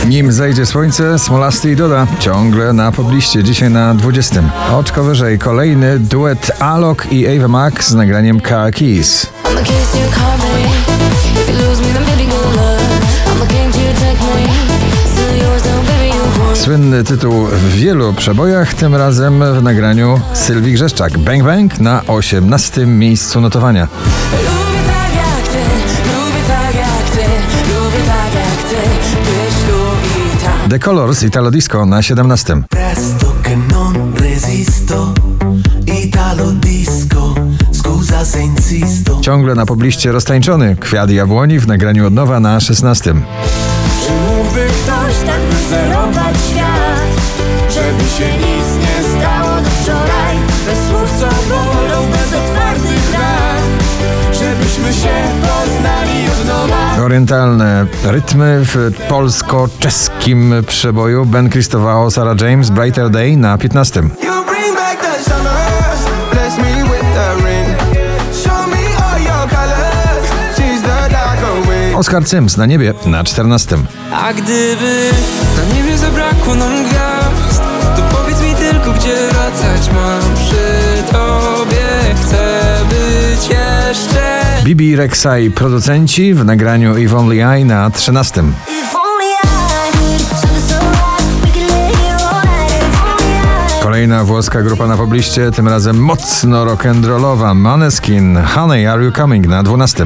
Nim zejdzie słońce, Smolasty i Doda ciągle na pobliście, dzisiaj na 20. Oczko wyżej kolejny duet Alok i Ava Max z nagraniem Car Keys. Słynny tytuł w wielu przebojach, tym razem w nagraniu Sylwii Grzeszczak. Bang Bang na 18. miejscu notowania. The Colors Italo Disco na 17. Ciągle na pobliście roztańczony Kwiat Jabłoni w nagraniu od nowa na 16. Czy mógłby ktoś tak wyzerować świat, żeby się nic nie stało do wczoraj, bez słów co bolą, bez otwartych ran, żebyśmy się poznali od nowa. Orientalne rytmy w polsko-czeskim przeboju Ben Christovao, Sarah James, Brighter Day na 15. Oscar Sims na niebie na 14. A gdyby na niebie zabrakło nam gwiazd, to powiedz mi tylko, gdzie wracać mam. Przy tobie chcę być jeszcze. Bibi Rexha i producenci w nagraniu If Only I na 13. Kolejna włoska grupa na pobliście, tym razem mocno rock'n'rollowa, Måneskin, Honey, Are You Coming na 12.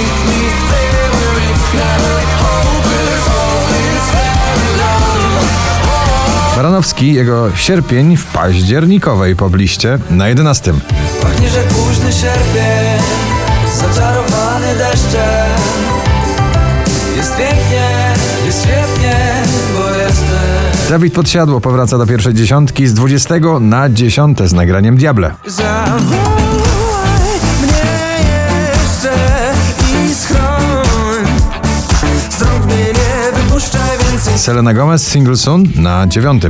Baranowski, jego Sierpień w październikowej pobliście na 11. Pachnie, że późny sierpień, zaczarowany deszczem. Jest pięknie, jest świetnie, bo jestem. Dawid Podsiadło powraca do pierwszej dziesiątki z 20 na 10 z nagraniem Diable. Selena Gomez, Single Soon na 9.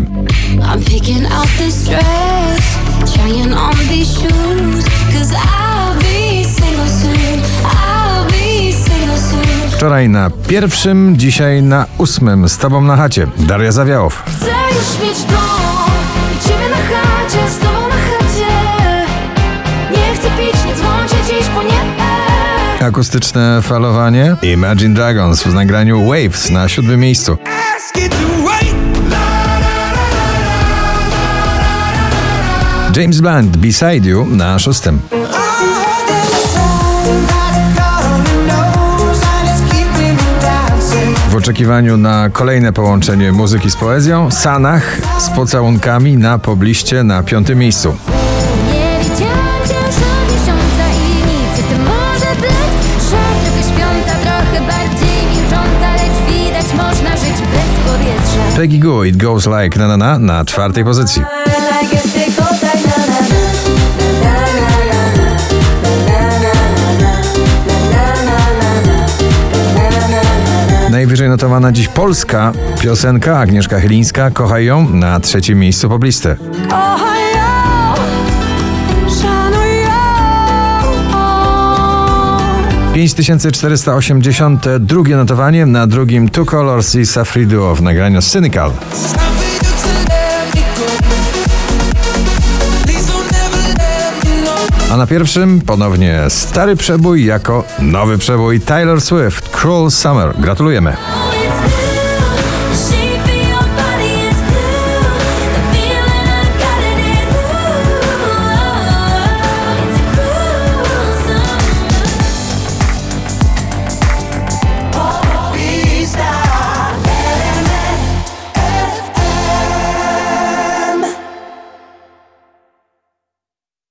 Wczoraj na 1, dzisiaj na 8. Z tobą na chacie. Daria Zawiałow. Chcę już mieć dom i ciebie na chacie, z tobą na chacie. Nie chcę pić, nie dzwonić dziś, bo nie. Akustyczne falowanie Imagine Dragons w nagraniu Waves na 7. miejscu. James Blunt, Beside You na 6. W oczekiwaniu na kolejne połączenie muzyki z poezją, Sanach z Pocałunkami na pobliście na 5. miejscu. Peggy Gou, It Goes Like Na Na na 4. pozycji. Najwyżej notowana dziś polska piosenka Agnieszka Chylińska, Kochaj ją na 3. miejscu poblisty. 5482 notowanie, na 2. Two Colors i Safri Duo w nagraniu Cynical. A na 1 ponownie stary przebój jako nowy przebój Taylor Swift, Cruel Summer. Gratulujemy.